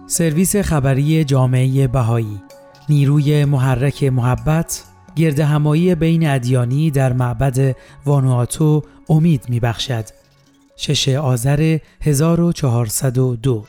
سرویس خبری جامعه بهایی، نیروی محرک محبت، گردهمایی بین ادیانی در معبد وانوآتو امید می‌بخشد. 6 آذر 1402.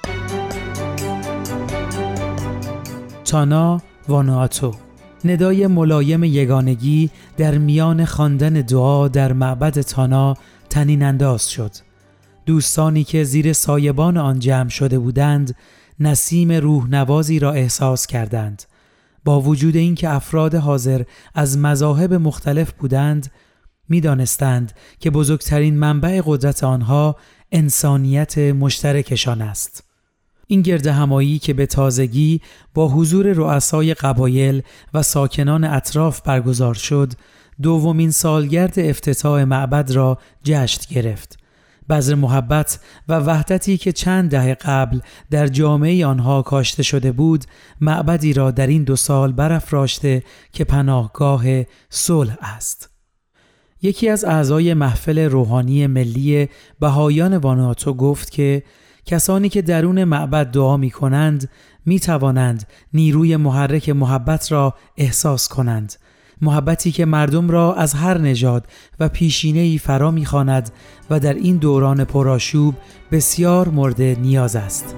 تانا، وانوآتو. ندای ملایم یگانگی در میان خواندن دعا در معبد تانا طنین انداز شد. دوستانی که زیر سایبان آن جمع شده بودند نسیم روح نوازی را احساس کردند. با وجود اینکه افراد حاضر از مذاهب مختلف بودند، می‌دانستند که بزرگترین منبع قدرت آنها انسانیت مشترکشان است. این گردهمایی که به تازگی با حضور رؤسای قبایل و ساکنان اطراف برگزار شد، دومین سالگرد افتتاح معبد را جشن گرفت. بذر محبت و وحدتی که چند دهه قبل در جامعه آنها کاشته شده بود، معبدی را در این 2 سال برافراشته که پناهگاه صلح است. یکی از اعضای محفل روحانی ملی بهایان وانوآتو گفت که کسانی که درون معبد دعا می کنند می توانند نیروی محرک محبت را احساس کنند. محبتی که مردم را از هر نژاد و پیشینه‌ای فرا می‌خواند و در این دوران پرآشوب بسیار مورد نیاز است.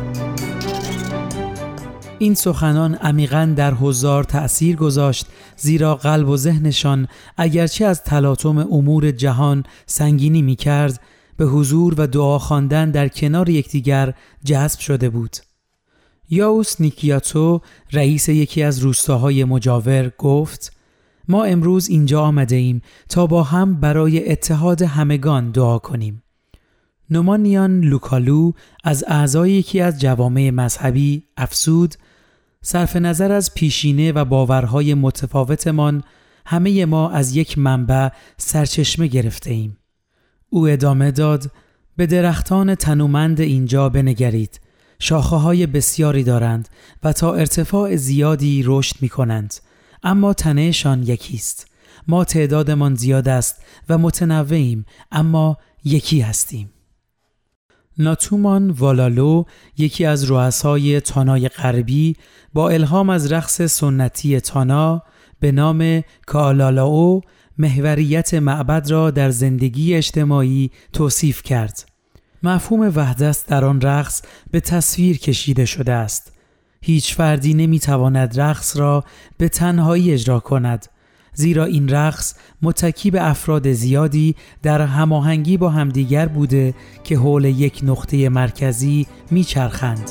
این سخنان عمیقاً در حضار تأثیر گذاشت، زیرا قلب و ذهنشان اگرچه از تلاطم امور جهان سنگینی می‌کرد، به حضور و دعا خواندن در کنار یکدیگر جذب شده بود. یاوس نیکیاتو، رئیس یکی از روستاهای مجاور، گفت: ما امروز اینجا آمده ایم تا با هم برای اتحاد همگان دعا کنیم. نومانیان لوکالو از اعضای یکی از جوامع مذهبی افسود: صرف نظر از پیشینه و باورهای متفاوتمان، همه ما از یک منبع سرچشمه گرفته ایم. او ادامه داد: به درختان تنومند اینجا بنگرید. شاخه‌های بسیاری دارند و تا ارتفاع زیادی رشد می‌کنند، اما تنه‌شان یکیست. ما تعدادمان زیاد است و متنوعیم، اما یکی هستیم. ناتومان والالو، یکی از رؤسای تانای غربی، با الهام از رقص سنتی تانا به نام کالالاو، محوریت معبد را در زندگی اجتماعی توصیف کرد. مفهوم وحدت در آن رقص به تصویر کشیده شده است. هیچ فردی نمیتواند رقص را به تنهایی اجرا کند، زیرا این رقص متکی به افراد زیادی در هماهنگی با همدیگر بوده که حول یک نقطه مرکزی میچرخند.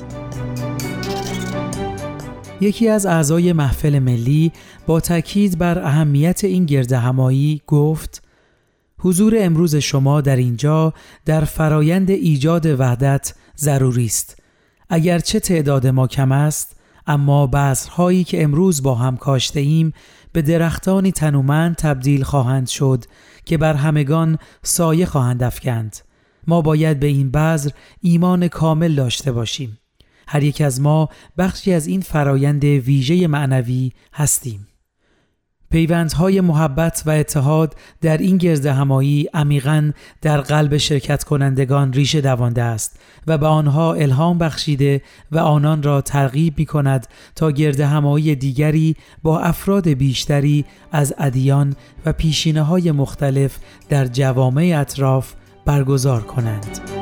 یکی از اعضای محفل ملی با تاکید بر اهمیت این گردهمایی گفت: حضور امروز شما در اینجا در فرایند ایجاد وحدت ضروری است. اگرچه تعداد ما کم است، اما بذرهایی که امروز با هم کاشته ایم به درختانی تنومند تبدیل خواهند شد که بر همگان سایه خواهند افکند. ما باید به این بذر ایمان کامل داشته باشیم. هر یک از ما بخشی از این فرایند ویژه معنوی هستیم. پیوندهای محبت و اتحاد در این گردهمایی عمیقاً در قلب شرکت کنندگان ریشه دوانده است و به آنها الهام بخشیده و آنان را ترغیب می‌کند تا گردهمایی دیگری با افراد بیشتری از ادیان و پیشینه‌های مختلف در جوامع اطراف برگزار کنند.